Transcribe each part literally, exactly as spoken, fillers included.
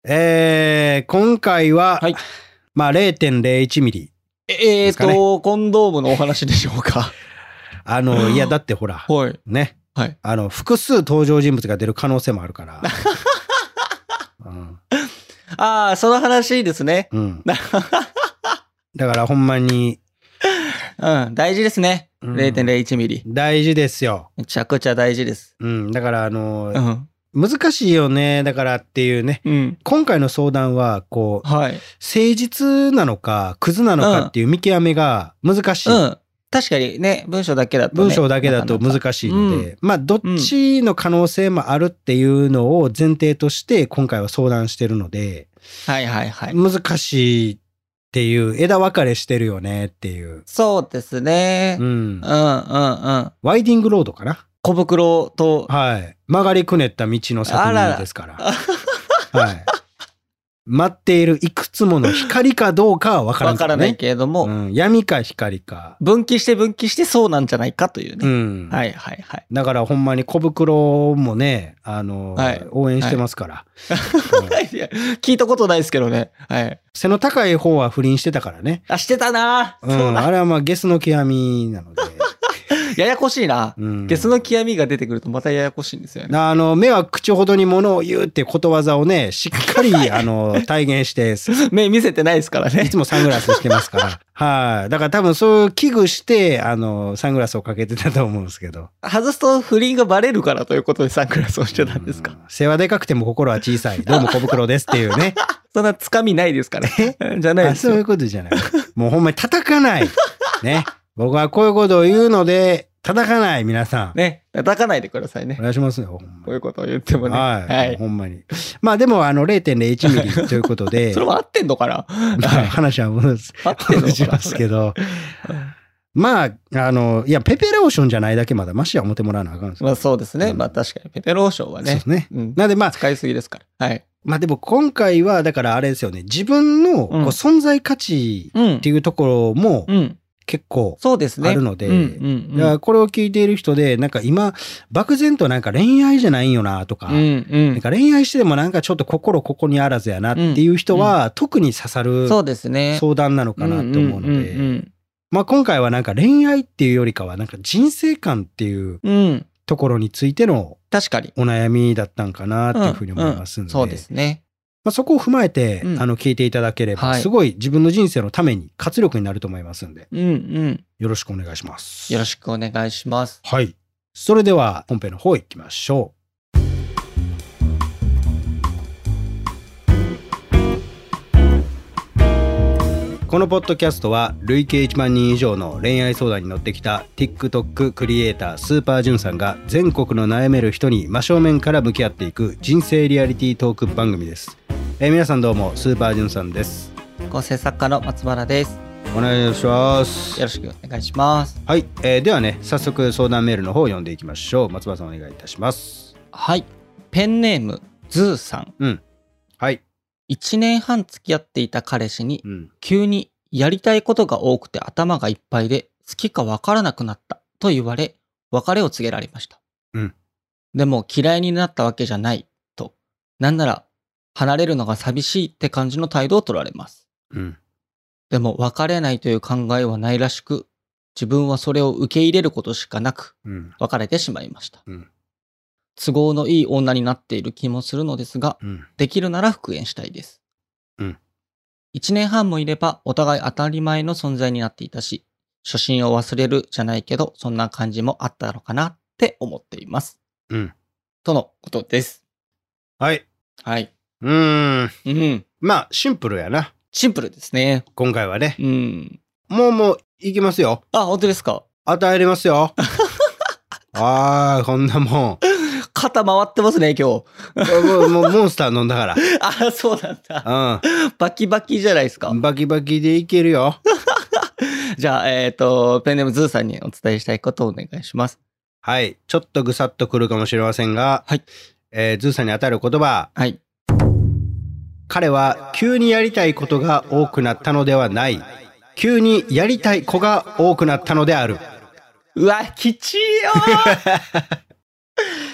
えー、今回は、 はい、 まあ れいてんれいいち ミリ、 えーと、ね、コンドームのお話でしょうか。 あの、いや、だってほら、 はい、 ね、 はい。 あの、複数登場人物が出る可能性もあるから。うん、 ああ、その話ですね。 うん。だからほんまに。 うん、大事ですね。うん、れいてんれいいち ミリ。 大事ですよ。 めちゃくちゃ大事です。 うん、だからあの、 うん難しいよね。だからっていうね。うん、今回の相談は、こう、はい、誠実なのか、クズなのかっていう見極めが難しい。うんうん、 確かにね、文章だけだと、ね、 文章だけだと難しいので、うん、まあ、どっちの可能性もあるっていうのを前提として、今回は相談してるので、 はいはいはい。 難しいっていう、枝分かれしてるよねっていう。 そうですね。うん。うんうんうん。 ワイディングロードかな。 小袋と。 はい。曲がりくねった道の先にですから。あららはい。待っているいくつもの光かどうかは分からない、ね。分からないけれども、 うん。闇か光か。 分岐して分岐してそうなんじゃないかというね。うん。はいはいはい。 だからほんまに小袋もね、あの、はい、応援してますから、 はいうんいや。聞いたことないですけどね。はい。 背の高い方は不倫してたからね。 あ、してたな、 うん、そうだ。あれはまあゲスの極みなので。 ややこしいな、うん。ゲスの極みが出てくるとまたややこしいんですよね。 あの、目は口ほどに物を言うってことわざをね、しっかり、あの、体現して。 目見せてないですからね。 いつもサングラスしてますから。はい。だから多分そういう危惧して、あの、サングラスをかけてたと思うんですけど。 外すと不倫がバレるからということでサングラスをしてたんですか。 背はでかくても心は小さい。どうも小袋ですっていうね。 そんなつかみないですからね。じゃないですよ。 そういうことじゃない。もうほんまに叩かない。ね。僕はこういうことを言うので、叩かない、皆さん。 ね。叩かないでくださいね。 お願いしますよ。 こういうことを言ってもね。 はい。はい、ほんまに。まあでも、あの、れいてんれいいち ミリということで。 それも合ってんのかな話は戻しますけど。まあ、あの、いや、ペペローションじゃないだけまだマシは思ってもらわなあかんです。 まあそうですね。うん、まあ確かに、ペペローションはね。 そうですね。 うん、 なんでまあ。 使いすぎですから。はい。 まあでも今回は、だからあれですよね。自分のこう存在価値っていうところも、うんうん結構あるので、だからこれを聞いている人で、なんか今、漠然となんか恋愛じゃないんよなとか、うんうん、なんか恋愛してでもなんかちょっと心ここにあらずやなっていう人は、うんうん、特に刺さる相談なのかなと思うので、まあ今回はなんか恋愛っていうよりかは、なんか人生観っていうところについてのお悩みだったんかなっていうふうに思いますので、 そうですね。 まあ、そこを踏まえて、うん、あの、聞いていただければ、はい、すごい自分の人生のために活力になると思いますんで、うんうん、よろしくお願いします。 よろしくお願いします。 はい。それでは、本編の方行きましょう。このポッドキャストは、累計いちまんにん以上の恋愛相談に乗ってきた TikTok クリエイタースーパージュンさんが全国の悩める人に真正面から向き合っていく人生リアリティトーク番組です。えー、皆さんどうもスーパージュンさんです。 構成作家の松原です。 お願いします。 よろしくお願いします。 はい、えー、ではね早速相談メールの方を読んでいきましょう。松原さんお願いいたします。 はい、ペンネームズーさん。 うん。はい。 いちねんはん付き合っていた彼氏に、うん、急にやりたいことが多くて頭がいっぱいで好きかわからなくなったと言われ別れを告げられました。 うん。 でも嫌いになったわけじゃないと、なんなら離れるのが寂しいって感じの態度を取られます。 うん。 でも別れないという考えはないらしく、自分はそれを受け入れることしかなく、別れてしまいました。 うん、 都合のいい女になっている気もするのですが、うん、できるなら復縁したいです。 うん、 いちねんはんもいればお互い当たり前の存在になっていたし、初心を忘れるじゃないけど、そんな感じもあったのかなって思っています。 うん、 とのことです。 はい。 はい。 うーん。 うん。 まあ、シンプルやな。 シンプルですね。 今回はね。 うん。 もうもう、いきますよ。 あ、本当ですか。 与えれますよ。ああ、こんなもん。 肩回ってますね、今日。 もう、もうモンスター飲んだから。 あ、そうなんだ。 うん。 バキバキじゃないですか。 バキバキでいけるよ。 じゃあ、えっと、ペンネームズーさんにお伝えしたいことをお願いします。 はい。ちょっとぐさっとくるかもしれませんが、 はい。 えー、ズーさんに与える言葉。 はい。 彼は急にやりたいことが多くなったのではない。急にやりたい子が多くなったのである。 うわ、きちいよきち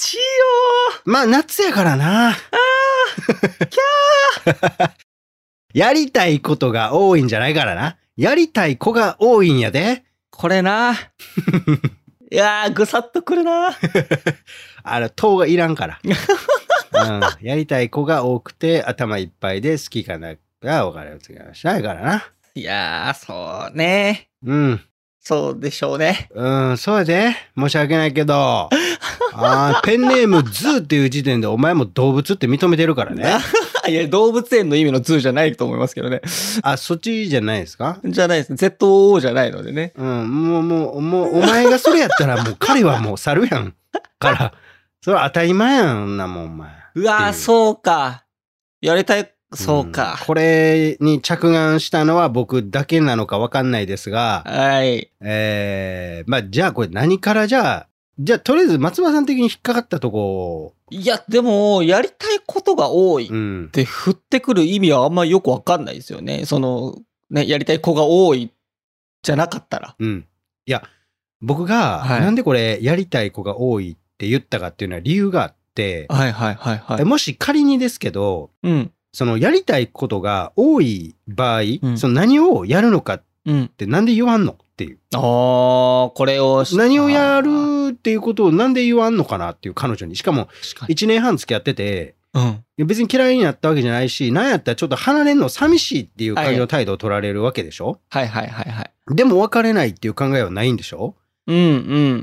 しいよー。まあ、夏やからな。あー。キャー。 やりたいことが多いんじゃないからな。やりたい子が多いんやで。 これな。いやー、ぐさっとくるな。 あの、糖がいらんから。うん。やりたい子が多くて、頭いっぱいで好きかなが分かれをつけましたからな。 いやー、そうね。 うん。 そうでしょうね。 うん、そうやで。申し訳ないけど。あペンネームズーっていう時点でお前も動物って認めてるからね。 いや、動物園の意味のズーじゃないと思いますけどね。 あ、そっちじゃないですか？ じゃないです。ゼットオー じゃないのでね。 うん、もう、もう、もう、お前がそれやったらもう彼はもう猿やん。から、それは当たり前やんなもん、お前。 うわー、そうか。やりたい、そうか、 うん。これに着眼したのは僕だけなのかわかんないですが。 はい。 えー、まあ、じゃあこれ何からじゃあ、じゃあとりあえず松葉さん的に引っかかったとこ。 いや、でも、やりたいことが多いって振ってくる意味はあんまよくわかんないですよね。その、ね、やりたい子が多いじゃなかったら。 うん。いや、僕が、なんでこれやりたい子が多いって言ったかっていうのは理由があって、 はいはいはいはい。 もし仮にですけど、うん、そのやりたいことが多い場合、うん、その何をやるのかってなんで言わんのっていう。 ああ、これを何をやるっていうことをなんで言わんのかなっていう彼女に。しかも、いちねんはん付き合ってて、うん、別に嫌いになったわけじゃないし、なんやったらちょっと離れんの寂しいっていう感じの態度を取られるわけでしょ？ はいはいはいはい。 でも別れないっていう考えはないんでしょ？ うんうん。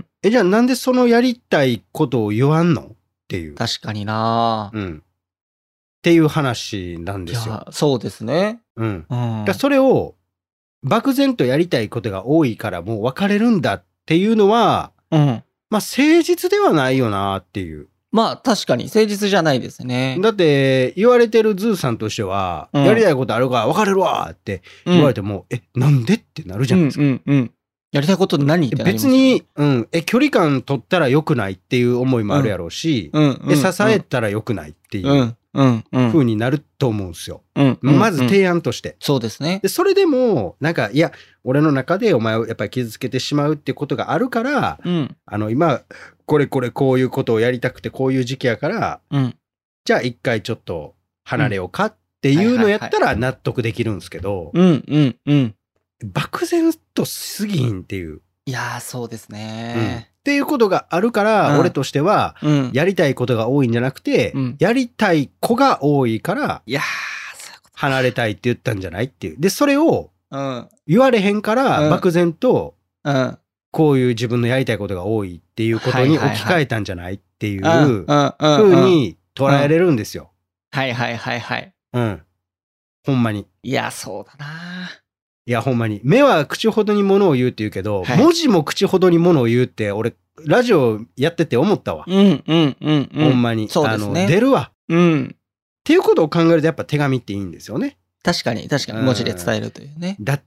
え、じゃあなんでそのやりたいことを言わんのっていう。 確かになうん。っていう話なんですよ。いや、 そうですね。 うん。うん、だそれを、漠然とやりたいことが多いからもう別れるんだっていうのは、うん、まあ誠実ではないよなっていう。 まあ確かに誠実じゃないですね。 だって言われてるズーさんとしては、うん、やりたいことあるから別れるわって言われても、うん、え、なんでってなるじゃないですか。うんうんうん、 やりたいこと何ってなります、 別に、うん、え、距離感取ったら良くないっていう思いもあるやろうし、うんうんうん、え、支えたら良くないっていう。うんうんうん、風になると思うんですよ。うんうんうん、まず提案として。 そうですね。 で、それでも、なんか、いや、俺の中でお前をやっぱり傷つけてしまうってことがあるから、うん、あの、今、これこれこういうことをやりたくてこういう時期やから、うん、じゃあ一回ちょっと離れようかっていうのやったら納得できるんですけど、 うんうんうん。 漠然としすぎんっていう。 いやー、そうですね、 うん。っていうことがあるから、うん、俺としては、うん、やりたいことが多いんじゃなくて、うん、やりたい子が多いから、 いやー、 そういうこと離れたいって言ったんじゃないっていう。で、それを言われへんから、うん、漠然と、うん、こういう自分のやりたいことが多いっていうことに置き換えたんじゃないっていう風に捉えれるんですよ。 はいはいはいはい。 うん。ほんまに。 いや、そうだないや、ほんまに。目は口ほどに物を言うって言うけど、はい、文字も口ほどに物を言うって、俺、ラジオやってて思ったわ。 うんうんうん、うん。 ほんまに。 そうですね。 あの、出るわ。 うん。 っていうことを考えるとやっぱ手紙っていいんですよね。 確かに、確かに。文字で伝えるというね。 だって、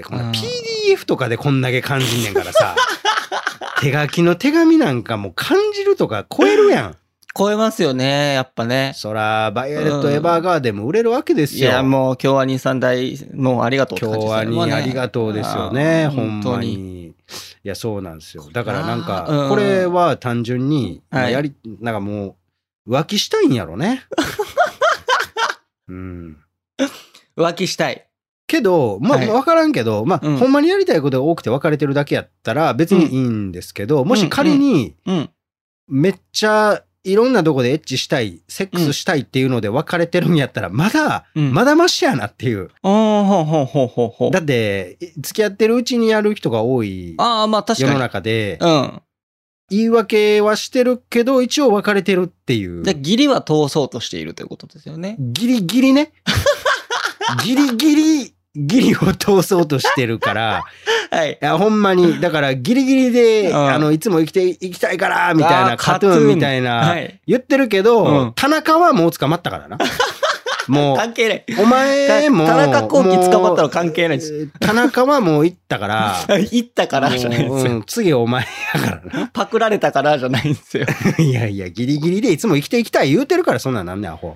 この ピーディーエフ とかでこんだけ感じんねんからさ、手書きの手紙なんかもう感じるとか超えるやん。 超えますよね、やっぱね。 そら、バイオレット・エヴァーガーデンも売れるわけですよ。 いや、もう、京アニさん大、もうありがとうって感じですね。京アニありがとうですよね、ほんまに。いや、そうなんですよ。だからなんか、これは単純に、やり、なんかもう、浮気したいんやろね。うん。 浮気したい。 けど、まあ、はい、わからんけど、まあ、うん、ほんまにやりたいことが多くて別れてるだけやったら別にいいんですけど、うん、もし仮に、めっちゃいろんなとこでエッチしたい、セックスしたいっていうので別れてるんやったら、まだ、うん、まだマシやなっていう。だって、付き合ってるうちにやる人が多い世の中で、うん、言い訳はしてるけど、一応別れてるっていう。 で、義理は通そうとしているということですよね。 ギリギリね。ギリギリ、ギリを通そうとしてるから、はい。いや、ほんまに、だからギリギリで、うん、あの、いつも生きていきたいから、みたいな、カトゥーンみたいな、はい、言ってるけど、うん、田中はもう捕まったからな。もう、 関係ない。 お前も、 田中幸喜捕まったら関係ないです。 田中はもう行ったから、 行ったからじゃないんですよ。 うん、次お前やからな。 パクられたからじゃないんですよ。 いやいや、ギリギリでいつも生きていきたい言うてるから、そんなんなんねん、アホ。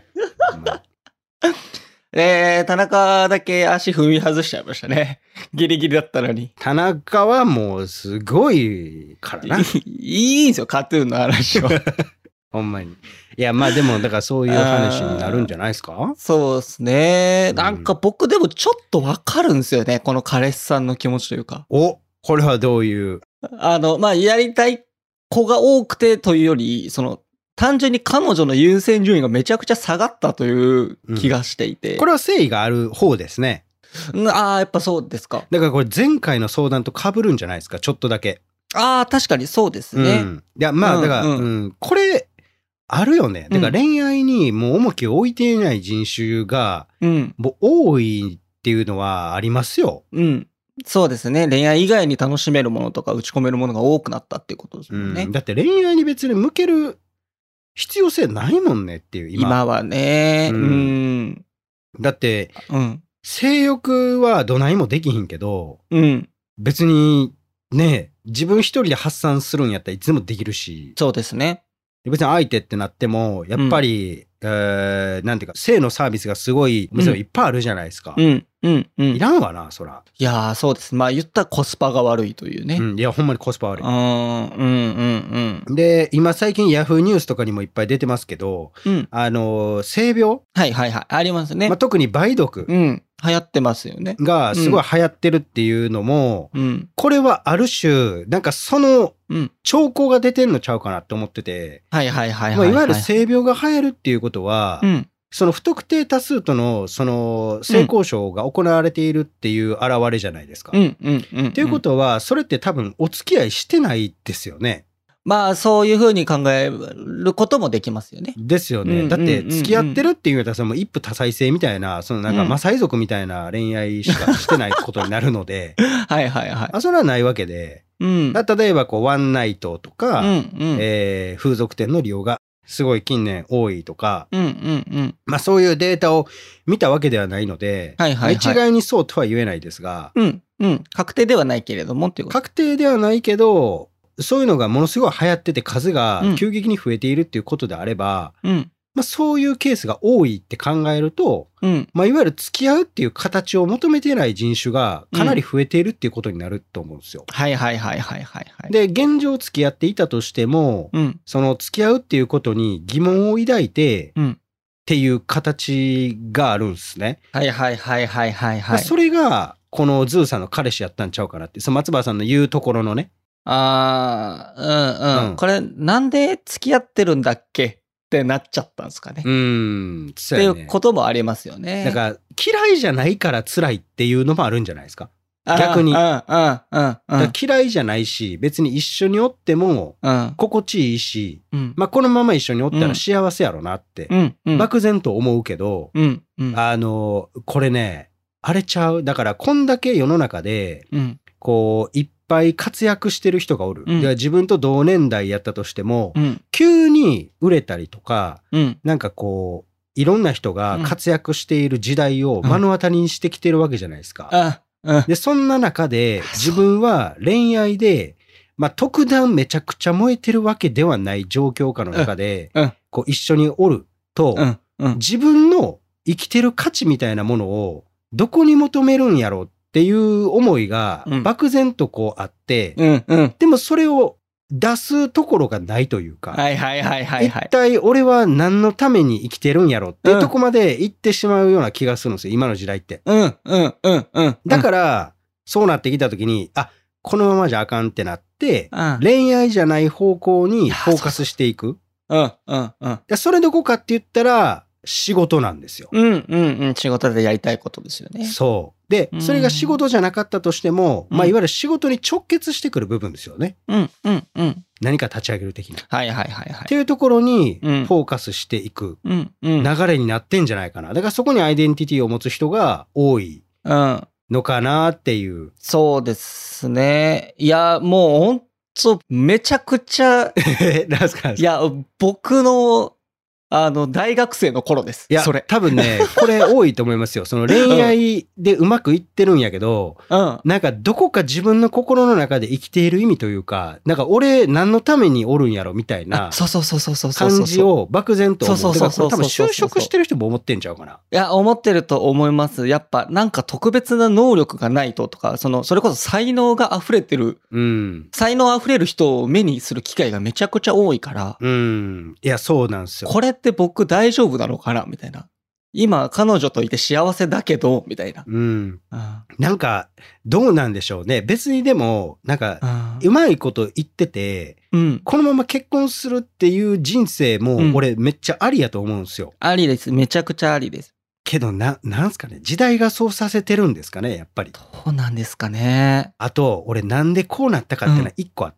えー、田中だけ足踏み外しちゃいましたね。ギリギリだったのに。 田中はもうすごいからな。いいんですよ、カトゥーンの話は。 ほんまに。いや、まあでも、だからそういう話になるんじゃないですか？ そうですね。なんか僕でもちょっとわかるんですよね。この彼氏さんの気持ちというか。 お、これはどういう？ あの、まあ、やりたい子が多くてというより、その、単純に彼女の優先順位がめちゃくちゃ下がったという気がしていて。 うん、これは誠意がある方ですね。 ああ、やっぱそうですか。 だからこれ前回の相談と被るんじゃないですか、ちょっとだけ。 ああ、確かにそうですね。うん、 いや、まあ、だから、うん、うん、これ、あるよね。だから恋愛にもう重きを置いていない人種が、もう多いっていうのはありますよ。 うん。そうですね。恋愛以外に楽しめるものとか打ち込めるものが多くなったっていうことですもんね。 うん、だって恋愛に別に向ける必要性ないもんねっていう、 今。今はね。うん。うん、 だって、うん、性欲はどないもできひんけど、うん、別にね、自分一人で発散するんやったらいつでもできるし。 そうですね。 別に相手ってなっても、やっぱり、うん、えー、なんていうか、性のサービスがすごい、店いっぱいあるじゃないですか。うん、うん、うん。いらんわな、そら。 いやー、そうです。まあ言ったらコスパが悪いというね。 うん、いや、ほんまにコスパ悪い。 うん、うん、うん、 うん。で、今最近ヤフーニュースとかにもいっぱい出てますけど、うん、あの、性病？ はいはいはい。ありますね。 まあ、特に梅毒。 うん。流行ってますよね。 が、すごい流行ってるっていうのも、うん、これはある種、なんかその、兆候が出てんのちゃうかなって思ってて。 はいはいはいはい、 はい。いわゆる性病が流行るっていうことは、うん、その不特定多数との、その、性交渉が行われているっていう現れじゃないですか。うんうんうんうん、っていうことは、それって多分お付き合いしてないですよね。 まあ、そういうふうに考えることもできますよね。 ですよね。だって、付き合ってるっていうのは、その一夫多妻制みたいな、そのなんか、マサイ族みたいな恋愛しかしてないことになるので。 はいはいはい。 あ、それはないわけで。うん、例えば、こう、ワンナイトとか、うんうん、えー、風俗店の利用がすごい近年多いとか、うんうんうん、まあ、そういうデータを見たわけではないので、はいはいはい、一概にそうとは言えないですが、 うんうん、確定ではないけれどもっていうこと。 確定ではないけど、そういうのがものすごい流行ってて数が急激に増えているっていうことであれば、うん、まあそういうケースが多いって考えると、うん、まあいわゆる付き合うっていう形を求めてない人種がかなり増えているっていうことになると思うんですよ。 うん、はいはいはいはいはい、はい。 で、現状付き合っていたとしても、うん、その付き合うっていうことに疑問を抱いて、うん、っていう形があるんですね。 はいはいはいはいはいはい。 それが、このズーさんの彼氏やったんちゃうかなって、その松原さんの言うところのね、 ああ、うんうん。うん、これ、なんで付き合ってるんだっけってなっちゃったんですかね。 うん、 そうやね。っていうこともありますよね。 だから、嫌いじゃないから辛いっていうのもあるんじゃないですか。逆に。うん、うん、うん。嫌いじゃないし、別に一緒におっても、心地いいし、うん、まあ、このまま一緒におったら幸せやろなって、うんうん、漠然と思うけど、うんうん、あの、これね、あれちゃう。だから、こんだけ世の中で、うん、こう、いっぱい活躍してる人がおる。うん、で自分と同年代やったとしても、うん、急に売れたりとか、うん、なんかこう、いろんな人が活躍している時代を目の当たりにしてきてるわけじゃないですか。うん、で、そんな中で自分は恋愛で、まあ、特段めちゃくちゃ燃えてるわけではない状況下の中で、こう一緒におると、自分の生きてる価値みたいなものをどこに求めるんやろうっていう思いが漠然とこうあって、うんうん、でもそれを出すところがないというか、はいはいはいはい、はい、一体俺は何のために生きてるんやろっていうとこまで行ってしまうような気がするんですよ、今の時代って。うんうんうんうん。だから、そうなってきた時に、あ、このままじゃあかんってなって、うん、恋愛じゃない方向にフォーカスしていく。うんうんうん。でそれどこかって言ったら、仕事なんですよ。 うんうんうん。仕事でやりたいことですよね。 そう。で、それが仕事じゃなかったとしても、うん、まあ、いわゆる仕事に直結してくる部分ですよね。うんうんうん。何か立ち上げる的な。 はいはいはいはい。 っていうところにフォーカスしていく流れになってんじゃないかな。だからそこにアイデンティティを持つ人が多いのかなっていう。うん、 そうですね。いや、もうほんと、めちゃくちゃ、 何すか？ いや、僕のあの、大学生の頃です。 いや、 それ。 多分ね、これ多いと思いますよ。その恋愛でうまくいってるんやけど、うん、なんかどこか自分の心の中で生きている意味というか、なんか俺何のためにおるんやろみたいな感じを漠然と思う。だからこれ多分就職してる人も思ってんちゃうかな。いや、思ってると思います。やっぱなんか特別な能力がないととか、その、それこそ才能が溢れてる、うん、才能溢れる人を目にする機会がめちゃくちゃ多いから。 うん。いや、そうなんですよ。 これって僕大丈夫なのかなみたいな。今、彼女といて幸せだけど、みたいな。 うん。なんか、どうなんでしょうね。別にでも、なんか、うまいこと言ってて、うん、このまま結婚するっていう人生も、俺めっちゃありやと思うんですよ。 ありです。めちゃくちゃありです。 けど、な、なんすかね。時代がそうさせてるんですかね、やっぱり。 どうなんですかね。 あと、俺なんでこうなったかっていうのは一個あって、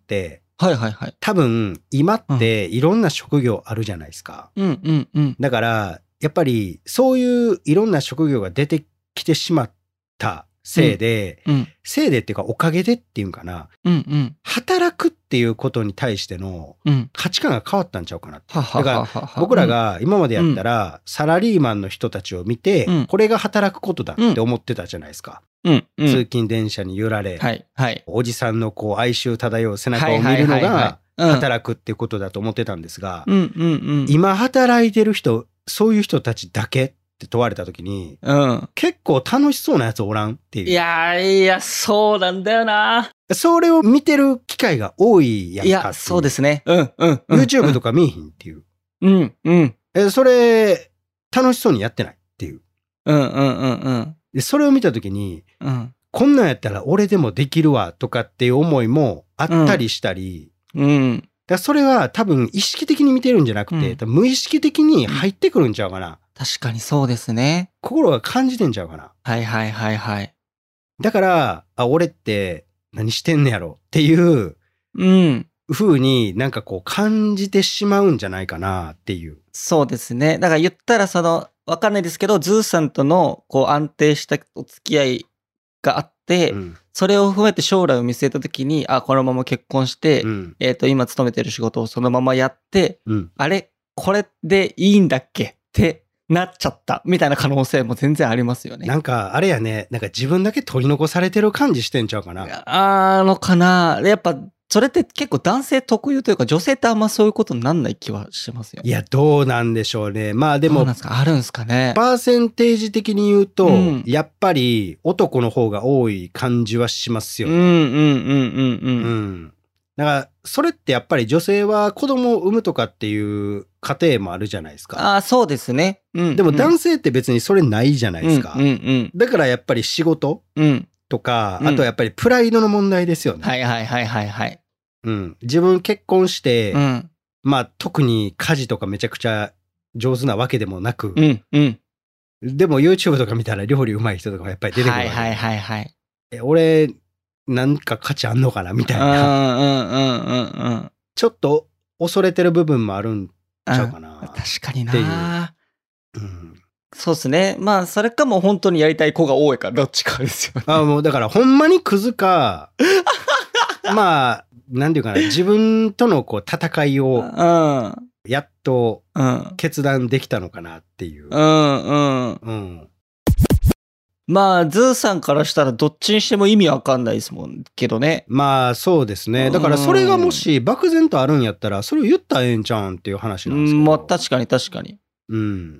うん、はいはいはい。 多分、今っていろんな職業あるじゃないですか。 うんうんうん。 だから、やっぱりそういういろんな職業が出てきてしまったせいで、うんうん、せいでっていうかおかげでっていうんかな、うんうん、働くっていうことに対しての価値観が変わったんちゃうかなって。だから僕らが今までやったらサラリーマンの人たちを見て、うん、これが働くことだって思ってたじゃないですか。うんうん、通勤電車に揺られ、はいはい、おじさんのこう哀愁漂う背中を見るのが働くっていうことだと思ってたんですが、今働いてる人、そういう人たちだけって問われたときに、うん、結構楽しそうなやつおらんっていう。 いやいや、そうなんだよな。 それを見てる機会が多いやんかっていう。いや、そうですね。うんうん、 うん。YouTube とか見えひんっていう。 うんうん。 え、それ、楽しそうにやってないっていう。 うんうんうんうん。 で、それを見たときに、うん、こんなんやったら俺でもできるわとかっていう思いもあったりしたり、うん。うん、だそれは多分意識的に見てるんじゃなくて、うん、無意識的に入ってくるんちゃうかな。 確かにそうですね。 心が感じてんちゃうかな。 はいはいはいはい。 だから、あ、俺って何してんねやろっていう、うん。風になんかこう感じてしまうんじゃないかなっていう。 そうですね。だから言ったらその、わかんないですけど、ズーさんとのこう安定したお付き合いがあって、うん、それを踏めて将来を見据えたときに、あ、このまま結婚して、うん、えっと、今勤めてる仕事をそのままやって、うん、あれこれでいいんだっけってなっちゃったみたいな可能性も全然ありますよね。 なんか、あれやね、なんか自分だけ取り残されてる感じしてんちゃうかな。 あのかな。やっぱ、それって結構男性特有というか、女性ってあんまそういうことになんない気はしますよ。 いや、どうなんでしょうね。まあでも、 どうなんですか、あるんですかね。 パーセンテージ的に言うと、うん、やっぱり男の方が多い感じはしますよね。うんうんうんうんうん。うん。だから、それってやっぱり女性は子供を産むとかっていう家庭もあるじゃないですか。 ああ、そうですね。うん、うん。 でも男性って別にそれないじゃないですか。うんうんうん、だからやっぱり仕事、うんとか、あとやっぱりプライドの問題ですよね。 はいはいはいはいはい。 うん。自分結婚して、うん、まあ特に家事とかめちゃくちゃ上手なわけでもなく、うんうん、でも YouTube とか見たら料理上手い人とかやっぱり出てくるわけ。 はいはいはいはい。 え、俺、なんか価値あんのかなみたいな。うんうんうんうんうん。ちょっと恐れてる部分もあるんちゃうかな。 確かにな。うん。そうですね。まあ、それかも本当にやりたい子が多いから、どっちかですよね。 あもうだから、ほんまにクズか、まあ、なんていうかな、自分とのこう戦いを、やっと決断できたのかなっていう。うんうんうん。 まあ、ズーさんからしたらどっちにしても意味わかんないですもんけどね。 まあ、そうですね。だから、それがもし漠然とあるんやったら、それを言ったらええんちゃうんっていう話なんですけど。 まあ、確かに確かに。 うん。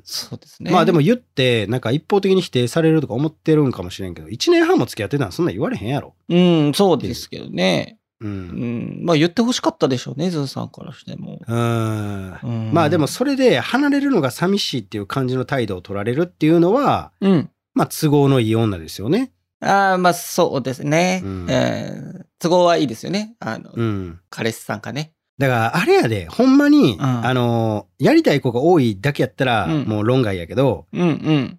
そうですね。 まあでも言って、なんか一方的に否定されるとか思ってるんかもしれんけど、一年半も付き合ってたらそんな言われへんやろ。 うん、そうですけどね。うん。うん、まあ言ってほしかったでしょうね、ズーさんからしても。 うん。うん、まあでもそれで離れるのが寂しいっていう感じの態度を取られるっていうのは、うん。まあ都合のいい女ですよね。 ああ、まあそうですね。うんえー、都合はいいですよね。あの、うん、彼氏さんかね。 だから、あれやで、ほんまに、うん、あの、やりたい子が多いだけやったら、うん、もう論外やけど、うんうん、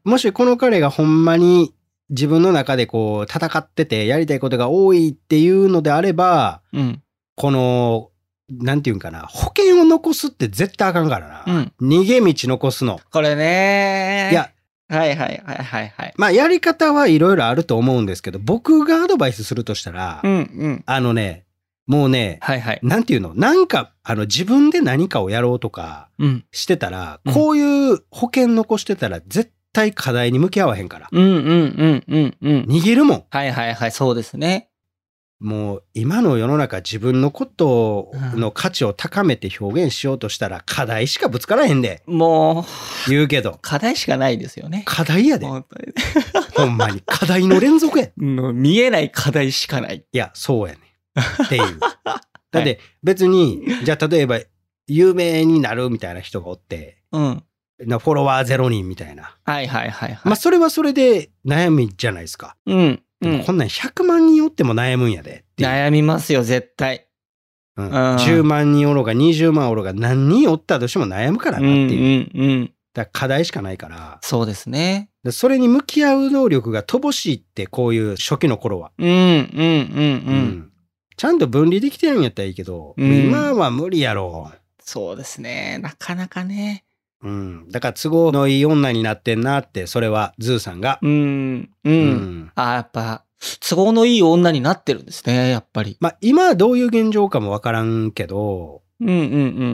もしこの彼がほんまに自分の中でこう、戦ってて、やりたいことが多いっていうのであれば、うん、この、なんていうんかな、保険を残すって絶対あかんからな。うん、逃げ道残すの。 これねいや、 はいはいはいはいはい。 まあ、やり方はいろいろあると思うんですけど、僕がアドバイスするとしたら、うんうん、あのね、 もうね、 はいはい。 なんていうのなんか、あの、自分で何かをやろうとかしてたら、うん、こういう保険残してたら絶対課題に向き合わへんから。 うんうんうんうんうん。 逃げるもん。 はいはいはい、そうですね。 もう今の世の中自分のことの価値を高めて表現しようとしたら課題しかぶつからへんで。 もう。言うけど。 課題しかないですよね。 課題やで。ほんまに課題の連続や。 見えない課題しかない。 いや、そうやね。っていう。だって別に、はい、じゃあ例えば有名になるみたいな人がおって、うん。フォロワーゼロ人みたいな。 はいはいはい、はい。 まあそれはそれで悩みじゃないですか。 うん。 でもこんなんひゃくまんにんおっても悩むんやで。 悩みますよ、絶対。 うん、じゅうまんにんおろうがにじゅうまんおろうが何人おったとしても悩むからなっていう。うんうんうん、だから課題しかないから。 そうですね。 それに向き合う能力が乏しいって、こういう初期の頃は。 うんうんうんうん。うんちゃんと分離できてるんやったらいいけど、うん、今は無理やろ。 そうですね。なかなかね。 うん。だから都合のいい女になってんなって、それはズーさんが。 うん。うん。うん、あ、やっぱ、都合のいい女になってるんですね、やっぱり。 まあ今はどういう現状かもわからんけど、 うんうんうん。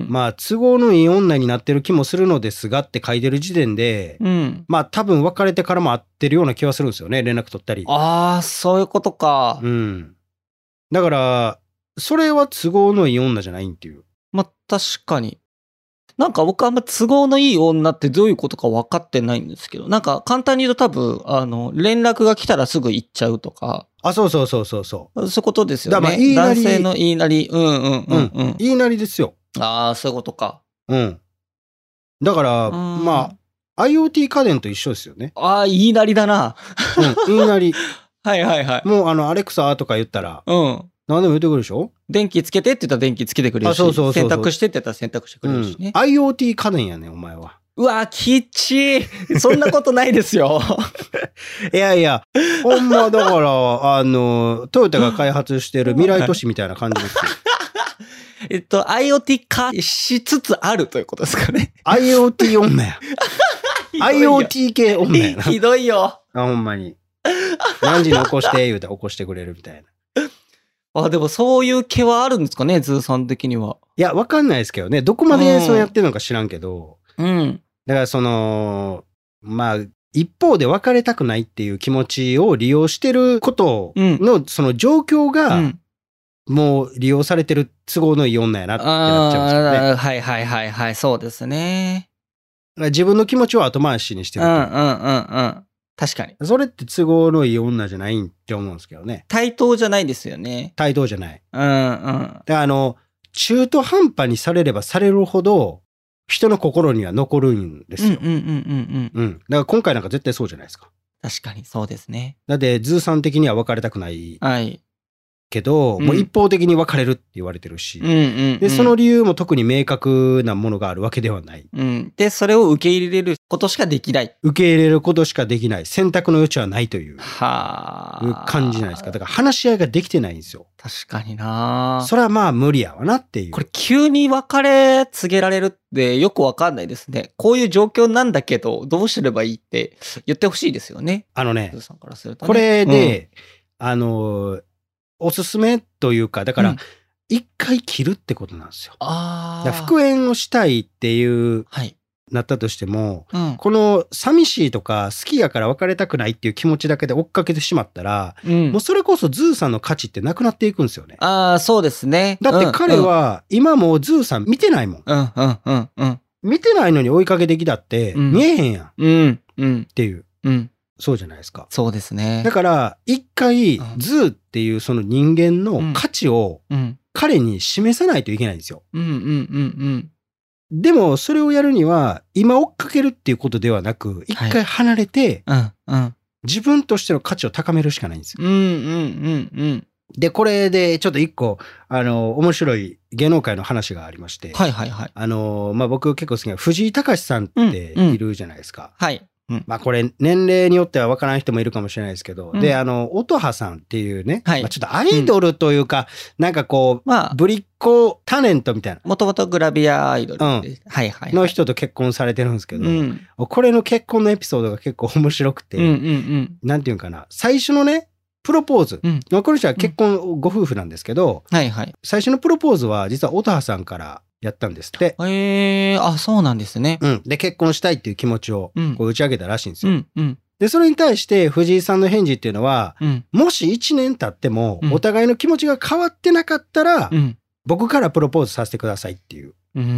まあ都合のいい女になってる気もするのですがって書いてる時点で、うん、まあ多分別れてからも会ってるような気はするんですよね、連絡取ったり。 ああ、そういうことか。 うん。だから、それは都合のいい女じゃないんっていう。 まあ確かに。なんか僕あんま都合のいい女ってどういうことか分かってないんですけど、なんか簡単に言うと多分、あの、連絡が来たらすぐ行っちゃうとか。 あ、そうそうそうそうそう。 そういうことですよね。 だから言いなり。 男性の言いなり。うんうんうんうん。うん、 言いなりですよ。 ああ、そういうことか。 うん。だから、まあ、IoT 家電と一緒ですよね。 ああ、言いなりだな。 うん、言いなり。 はいはいはい。 もうあの、アレクサとか言ったら、うん。何でも言ってくるでしょ？ 電気つけてって言ったら電気つけてくれるし、 そうそうそうそう洗濯してって言ったら洗濯してくれるしね。 うん、IoT 家電やねん、お前は。 うわ、きっちー。そんなことないですよ。 いやいや、ほんまだから、あの、トヨタが開発してる未来都市みたいな感じですよ。 えっと、IoT 化しつつあるということですかね。 IoT 女や。IoT 系女やな。 ひどいよ。あ、 ほんまに。何時に起こして言うて起こしてくれるみたいな。 あ、でもそういう毛はあるんですかね、ズーさん的には。 いや、わかんないですけどね。どこまでそうやってるのか知らんけど。 うん。 だからその、まあ、一方で別れたくないっていう気持ちを利用してることの、うん、その状況が、うん、もう利用されてる都合のいい女やなってなっちゃうんですよね。 はいはいはいはい、そうですね。 自分の気持ちを後回しにしてる。 うんうんうんうん。確かに。 それって都合のいい女じゃないって思うんですけどね。 対等じゃないですよね。 対等じゃない。 うんうん。 で、あの、中途半端にされればされるほど、人の心には残るんですよ。 うんうんうんうんうん。 うん。だから今回なんか絶対そうじゃないですか。 確かにそうですね。 だって、ズーさん的には別れたくない。 はい。 けど、うん、もう一方的に別れるって言われてるし、 うんうんうん、 で、その理由も特に明確なものがあるわけではない。 うん。で、それを受け入れることしかできない。 受け入れることしかできない。選択の余地はないという。 はあ。 いう感じじゃないですか。だから話し合いができてないんですよ。 確かにな。 それはまあ無理やわなっていう。 これ急に別れ告げられるってよくわかんないですね。こういう状況なんだけど、どうすればいいって言ってほしいですよね。 あのね、 さんからするとね、 これで、うん、あの、おすすめというか、だから、一回切るってことなんですよ。 ああ。復縁をしたいっていう、はい、なったとしても、うん、この寂しいとか好きやから別れたくないっていう気持ちだけで追っかけてしまったら、うん、もうそれこそズーさんの価値ってなくなっていくんですよね。 ああ、そうですね。 だって彼は今もうズーさん見てないもん。 うんうんうんうん。 見てないのに追いかけてきたって見えへんやん。 うんうん。 っていう。 うん。 そうじゃないですか。 そうですね。 だから、一回、ズーっていうその人間の価値を彼に示さないといけないんですよ。 うんうんうんうん。 でも、それをやるには、今追っかけるっていうことではなく、一回離れて、 はいうんうん、 自分としての価値を高めるしかないんですよ。 うんうんうんうん。 で、これでちょっと一個、あの、面白い芸能界の話がありまして。 はいはいはい。 あの、まあ、僕結構好きな藤井隆さんっているじゃないですか。 うんうん、はい。 うん、まあこれ年齢によっては分からない人もいるかもしれないですけど、うん、で、あの、音羽さんっていうね、はいまあ、ちょっとアイドルというか、うん、なんかこう、まあ、ぶりっ子タレントみたいな。 もともとグラビアアイドルで、うん、はいはい、はい。 の人と結婚されてるんですけど、うん、これの結婚のエピソードが結構面白くて、うんうんうん、なんていうかな、最初のね、 プロポーズ。うん、この人は結婚ご夫婦なんですけど、 うん、はいはい。 最初のプロポーズは実は乙葉さんからやったんですって。 へえー、あ、そうなんですね。 うん。で、結婚したいっていう気持ちをこう打ち上げたらしいんですよ。 うんうん、 で、それに対して藤井さんの返事っていうのは、うん、もしいちねん経ってもお互いの気持ちが変わってなかったら、うん、僕からプロポーズさせてくださいっていう。 うーん、うん、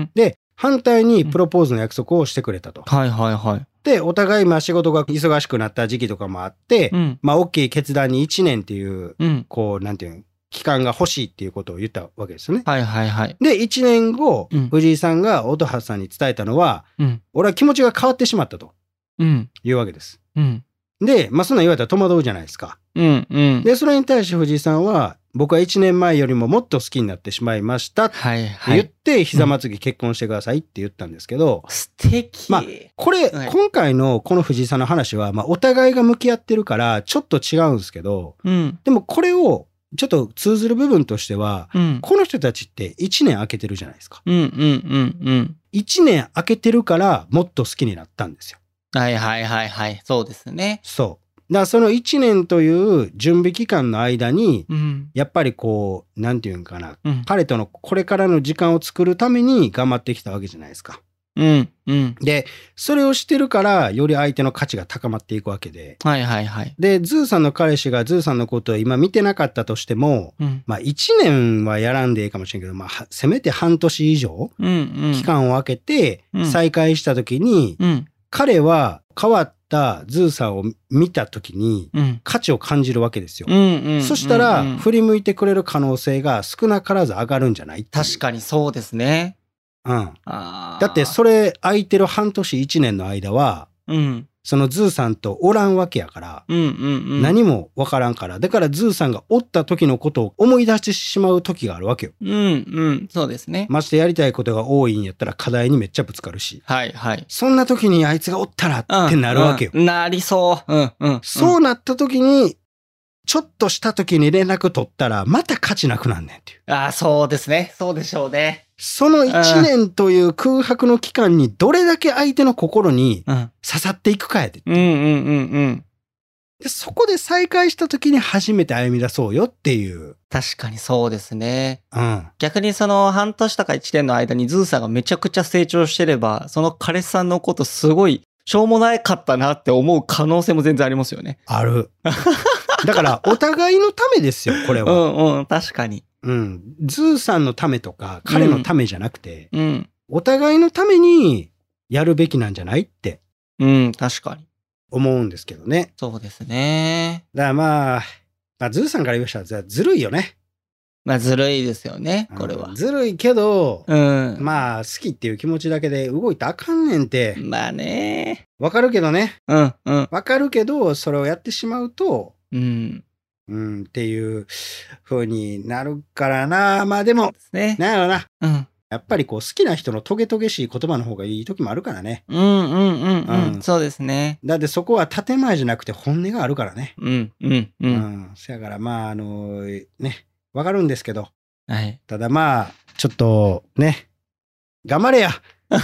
で、反対にプロポーズの約束をしてくれたと。 はいはいはい。 で、お互いまあ仕事が忙しくなった時期とかもあって、うん、まあ大きい決断にいちねんっていう、うん、こう、なんていうの、期間が欲しいっていうことを言ったわけですよね。 はいはいはい。 で、いちねんご、うん、藤井さんが乙葉さんに伝えたのは、うん、俺は気持ちが変わってしまったと。うん。いうわけです。うん。で、まあそんなん言われたら戸惑うじゃないですか。うんうん。で、それに対して藤井さんは、僕はいちねんまえよりももっと好きになってしまいましたって言って、ひざまずき結婚してくださいって言ったんですけど。 素敵。 まあ、これ、はい、今回のこの藤井さんの話は、まあお互いが向き合ってるからちょっと違うんですけど、うん、でもこれをちょっと通ずる部分としては、うん、この人たちっていちねん空けてるじゃないですか。うんうんうんうん。いちねん空けてるからもっと好きになったんですよ。 はいはいはいはい。そうですね。 そう。だからそのいちねんという準備期間の間に、うん、やっぱりこう、なんていうんかな、うん、彼とのこれからの時間を作るために頑張ってきたわけじゃないですか。うんうん、で、それをしてるから、より相手の価値が高まっていくわけで。 はいはいはい。 で、ズーさんの彼氏がズーさんのことを今見てなかったとしても、うん、まあいちねんはやらんでいいかもしれんけど、まあせめて半年以上、期間を空けて再会した時に、うんうん、彼は変わったズーさんを見た時に価値を感じるわけですよ。そしたら振り向いてくれる可能性が少なからず上がるんじゃない？ 確かにそうですね。 うん。だってそれ空いてる半年いちねんの間は、うん、そのズーさんとおらんわけやから、うんうんうん、何もわからんから、だからズーさんがおった時のことを思い出してしまう時があるわけよ。 うんうん、そうですね。 ましてやりたいことが多いんやったら課題にめっちゃぶつかるし。はいはい。そんな時にあいつがおったらってなるわけよ。 うんうん、なりそう。うんうん。 そうなった時に、ちょっとした時に連絡取ったら、また価値なくなんねんっていう。 ああ、そうですね。そうでしょうね。 そのいちねんという空白の期間にどれだけ相手の心に刺さっていくかやで。うんうんうんうん。で、そこで再会した時に初めて歩み出そうよっていう。 確かにそうですね。うん。逆にその半年とかいちねんの間にズーさんがめちゃくちゃ成長してれば、その彼氏さんのことすごいしょうもないかったなって思う可能性も全然ありますよね。 ある。だからお互いのためですよ、これは。 うんうん、確かに。 うん。ズーさんのためとか、彼のためじゃなくて、うんうん、お互いのためにやるべきなんじゃないって。 うん、確かに。 思うんですけどね。 そうですね。 だからまあ、まあ、ズーさんから言いましたらずるいよね。 まあずるいですよね、これは。 うん、ずるいけど、うん、まあ好きっていう気持ちだけで動いたらあかんねんて。 まあね。 わかるけどね。うんうん。わかるけど、それをやってしまうと、うん。うん、っていう風になるからな。まあでも、ね、なんやろな。うん。やっぱりこう好きな人のトゲトゲしい言葉の方がいい時もあるからね。 うんうんうんうん。うん、そうですね。 だってそこは建前じゃなくて本音があるからね。 うんうんうん。うん。 そやからまああのー、ね、わかるんですけど。はい。ただまあ、ちょっとね、頑張れや。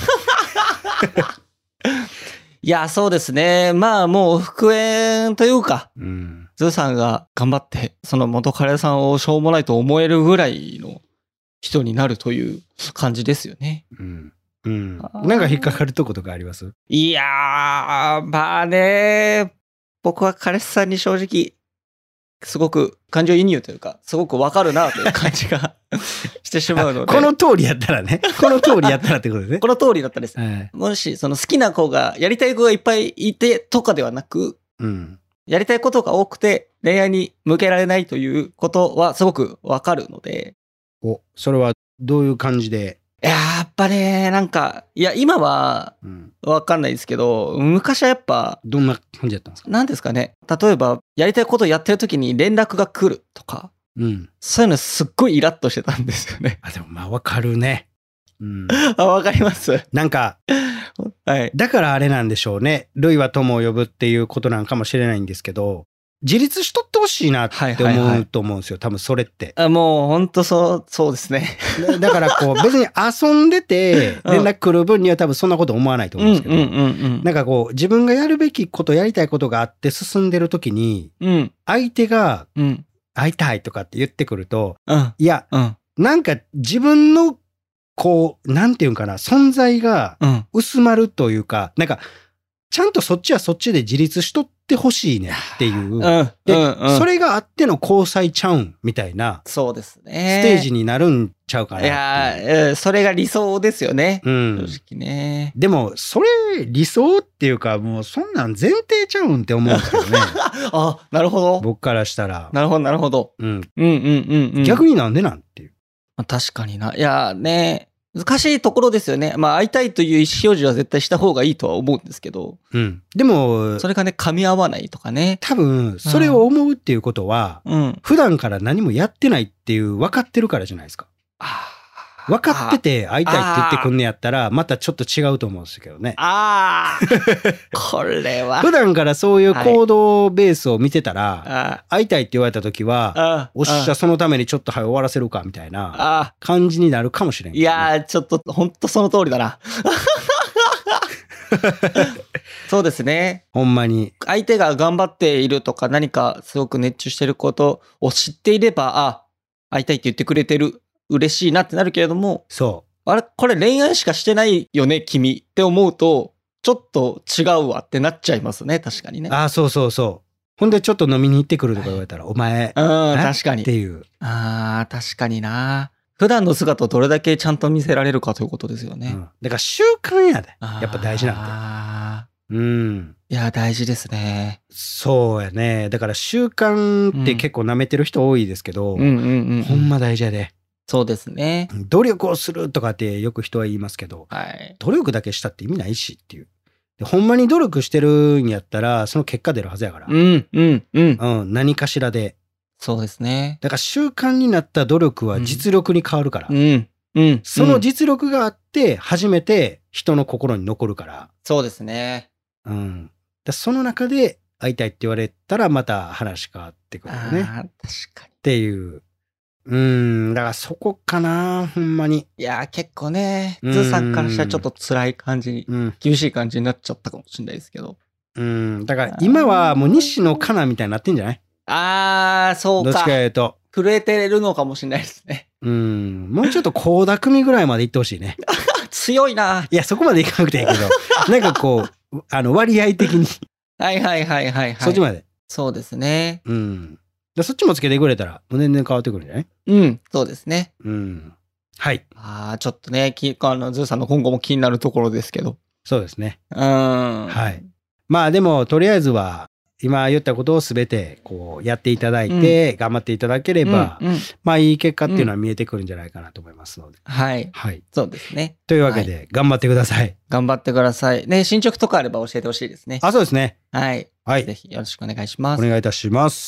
いや、そうですね。まあもう復縁というか、うん、ズーさんが頑張って、その元彼さんをしょうもないと思えるぐらいの人になるという感じですよね。うん。 うん。なんか引っかかるとことかあります？ いやー、まあね、僕は彼氏さんに正直、すごく感情移入というか、すごくわかるなという感じがしてしまうので。 この通りやったらね。この通りやったらってことですね。 この通りだったらです。はい、もし、その好きな子が、やりたい子がいっぱいいてとかではなく、うん、やりたいことが多くて恋愛に向けられないということはすごくわかるので。 お、それはどういう感じで？ やっぱね、なんか、いや、今は、わかんないですけど、うん、昔はやっぱ、 どんな感じだったんですか？ なんですかね。例えば、やりたいことをやってる時に連絡が来るとか、うん、そういうのすっごいイラッとしてたんですよね。 あ、でもまあわかるね。 うん、あ、わかります。 なんか、はい。だからあれなんでしょうね。類は友を呼ぶっていうことなんかもしれないんですけど、 自立しとってほしいなって思うと思うんですよ、多分それって。 あ、もう本当そう、そうですね。 だからこう別に遊んでて連絡来る分には多分そんなこと思わないと思うんですけど、なんかこう自分がやるべきこと、やりたいことがあって進んでる時に、相手が会いたいとかって言ってくると、うん、いや、うん、なんか自分のこう、なんていうんかな、存在が薄まるというか、うん、なんか、ちゃんとそっちはそっちで自立しとってほしいねっていう。うん、で、うんうん、それがあっての交際ちゃうんみたいな。 そうですね。 ステージになるんちゃうかな。 いや、それが理想ですよね。うん、正直ね。 でも、それ理想っていうか、もうそんなん前提ちゃうんって思うんですけどね。 あ、なるほど。 僕からしたら。 なるほど、なるほど。うん。うんうんうんうん。 逆になんでなんっていう。 確かにな。いやね。難しいところですよね。まあ会いたいという意思表示は絶対した方がいいとは思うんですけど。 うん。でも、 それがね、噛み合わないとかね。 多分、それを思うっていうことは、うん、普段から何もやってないっていう分かってるからじゃないですか。あ分かってて会いたいって言ってくんねやったら、またちょっと違うと思うんですけどね。 ああこれは。 普段からそういう行動ベースを見てたら、はい、会いたいって言われた時は、おっしゃ、そのためにちょっと早終わらせるかみたいな感じになるかもしれん、ね。 いやー、ちょっとほんとその通りだな。そうですね。 ほんまに。 相手が頑張っているとか何かすごく熱中してることを知っていれば、あ、会いたいって言ってくれてる。嬉しいなってなるけれども、 そう。 あれ、これ恋愛しかしてないよね、君って思うと、ちょっと違うわってなっちゃいますね、確かにね。 ああ、そうそうそう。ほんでちょっと飲みに行ってくるとか言われたら、はい、お前、 うん、確かに。 っていう。 ああ、確かにな。普段の姿をどれだけちゃんと見せられるかということですよね。うん、 だから習慣やで。やっぱ大事なんで。ああ。うん。 いや、大事ですね。 そうやね。だから習慣って結構舐めてる人多いですけど、うんうんうんうん、ほんま大事やで。 そうですね。 努力をするとかってよく人は言いますけど、はい、努力だけしたって意味ないしっていう。でほんまに努力してるんやったら、その結果出るはずやから。うん、うん、うん。うん、何かしらで。 そうですね。 だから習慣になった努力は実力に変わるから。うん、うん。その実力があって、初めて人の心に残るから。 そうですね。 うん。だその中で会いたいって言われたら、また話変わってくるよね。 ああ、確かに。 っていう。うーん、だからそこかな、ほんまに。 いやー、結構ね、ズーさんからしたらちょっと辛い感じに、うん、厳しい感じになっちゃったかもしれないですけど。 うん、だから今はもう西野カナみたいになってんじゃない？ あー、そうか。 どっちか言うと。 震えてるのかもしれないですね。 うん、もうちょっと倖田來未ぐらいまで行ってほしいね。 強いな。 いや、そこまで行かなくていいけど、なんかこう、あの、割合的に。 はいはいはいはい、はい。 そっちまで。 そうですね。 うん。そっちもつけてくれたら、全然変わってくるんじゃない？ うん、そうですね。 うん。はい。 ああ、ちょっとね、きあのズーさんの今後も気になるところですけど。 そうですね。 うん。 はい。まあでも、とりあえずは、今言ったことをすべて、こう、やっていただいて、うん、頑張っていただければ、うんうん、まあいい結果っていうのは見えてくるんじゃないかなと思いますので。 うん、はい。 はい。 そうですね。 というわけで、はい、頑張ってください。 頑張ってください。ね、進捗とかあれば教えてほしいですね。 あ、そうですね。 はい。 はい。 ぜひよろしくお願いします。 お願いいたします。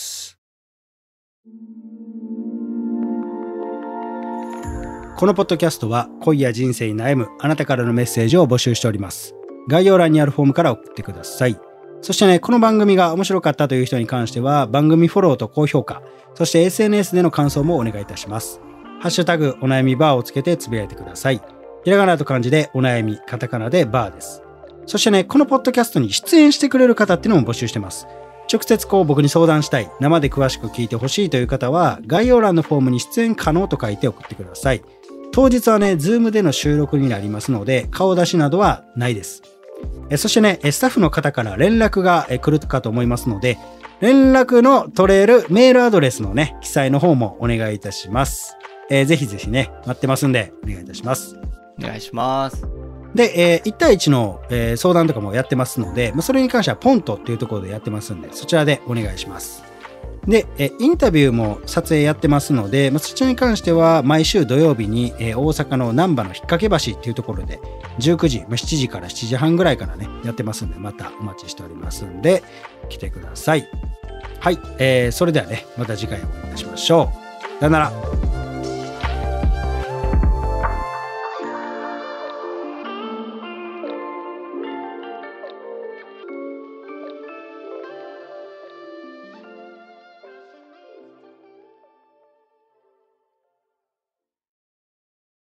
このポッドキャストは恋や人生に悩むあなたからのメッセージを募集しております。概要欄にあるフォームから送ってください。そしてね、この番組が面白かったという人に関しては番組フォローと高評価、そして エスエヌエス での感想もお願いいたします。ハッシュタグお悩みバーをつけてつぶやいてください。ひらがなと漢字でお悩み、カタカナでバーです。そしてね、このポッドキャストに出演してくれる方っていうのも募集してます。直接こう僕に相談したい、生で詳しく聞いてほしいという方は概要欄のフォームに出演可能と書いて送ってください。当日はね、ズームでの収録になりますので、顔出しなどはないです。えそしてね、スタッフの方から連絡が来るかと思いますので、連絡の取れるメールアドレスのね、記載の方もお願いいたします。えー、ぜひぜひね、待ってますんで、お願いいたします。 お願いします。 で、えー、いち対いちの、えー、相談とかもやってますので、まあ、それに関してはポントっていうところでやってますんで、そちらでお願いします。で、えインタビューも撮影やってますので、まあ、そちらに関しては毎週土曜日に、えー、大阪の難波の引っ掛け橋っていうところでじゅうくじ、まあ、しちじからしちじはんぐらいからねやってますんで、またお待ちしておりますんで来てください。はい、えー、それではねまた次回お会いいたしましょう。さよなら。